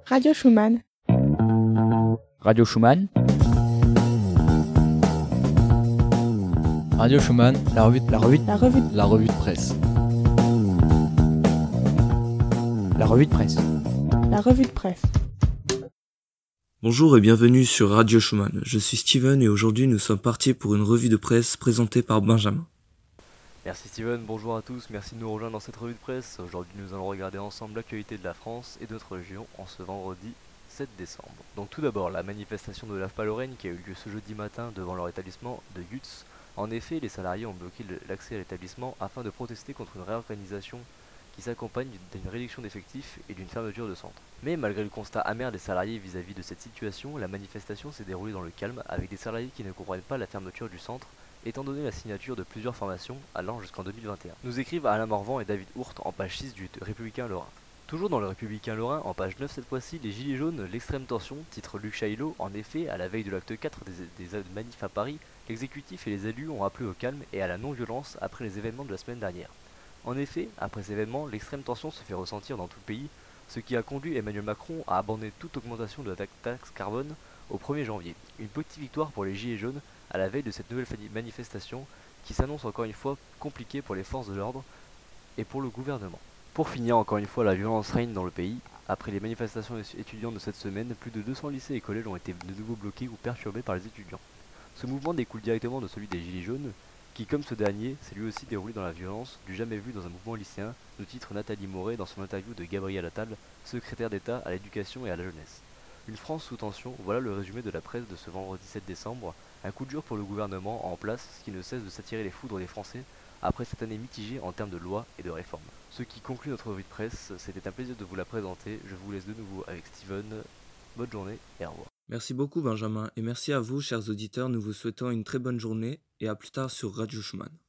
Radio Schumann. Radio Schumann. Radio Schumann, la revue de presse. La revue de presse. La revue de presse. Bonjour et bienvenue sur Radio Schumann. Je suis Steven et aujourd'hui nous sommes partis pour une revue de presse présentée par Benjamin. Merci Steven, bonjour à tous, merci de nous rejoindre dans cette revue de presse. Aujourd'hui nous allons regarder ensemble l'actualité de la France et de notre région en ce vendredi 7 décembre. Donc tout d'abord la manifestation de l'AFPA-Lorraine qui a eu lieu ce jeudi matin devant leur établissement de Yutz. En effet, les salariés ont bloqué l'accès à l'établissement afin de protester contre une réorganisation qui s'accompagne d'une réduction d'effectifs et d'une fermeture de centre. Mais malgré le constat amer des salariés vis-à-vis de cette situation, la manifestation s'est déroulée dans le calme avec des salariés qui ne comprennent pas la fermeture du centre étant donné la signature de plusieurs formations allant jusqu'en 2021. Nous écrivent Alain Morvan et David Hourt en page 6 du Républicain Lorrain. Toujours dans le Républicain Lorrain, en page 9 cette fois-ci, les Gilets jaunes, l'extrême tension, titre Luc Chaillot. En effet, à la veille de l'acte 4 des manifs à Paris, l'exécutif et les élus ont appelé au calme et à la non-violence après les événements de la semaine dernière. En effet, après ces événements, l'extrême tension se fait ressentir dans tout le pays, ce qui a conduit Emmanuel Macron à abandonner toute augmentation de la taxe carbone au 1er janvier. Une petite victoire pour les Gilets jaunes à la veille de cette nouvelle manifestation qui s'annonce encore une fois compliquée pour les forces de l'ordre et pour le gouvernement. Pour finir, encore une fois, la violence règne dans le pays. Après les manifestations étudiantes de cette semaine, plus de 200 lycées et collèges ont été de nouveau bloqués ou perturbés par les étudiants. Ce mouvement découle directement de celui des Gilets jaunes, qui, comme ce dernier, s'est lui aussi déroulé dans la violence, du jamais vu dans un mouvement lycéen, nous titre Nathalie Moret dans son interview de Gabriel Attal, secrétaire d'État à l'éducation et à la jeunesse. Une France sous tension, voilà le résumé de la presse de ce vendredi 7 décembre, un coup dur pour le gouvernement en place qui ne cesse de s'attirer les foudres des Français après cette année mitigée en termes de lois et de réformes. Ce qui conclut notre revue de presse, c'était un plaisir de vous la présenter, je vous laisse de nouveau avec Steven, bonne journée et au revoir. Merci beaucoup Benjamin et merci à vous chers auditeurs, nous vous souhaitons une très bonne journée et à plus tard sur Radio Schumann.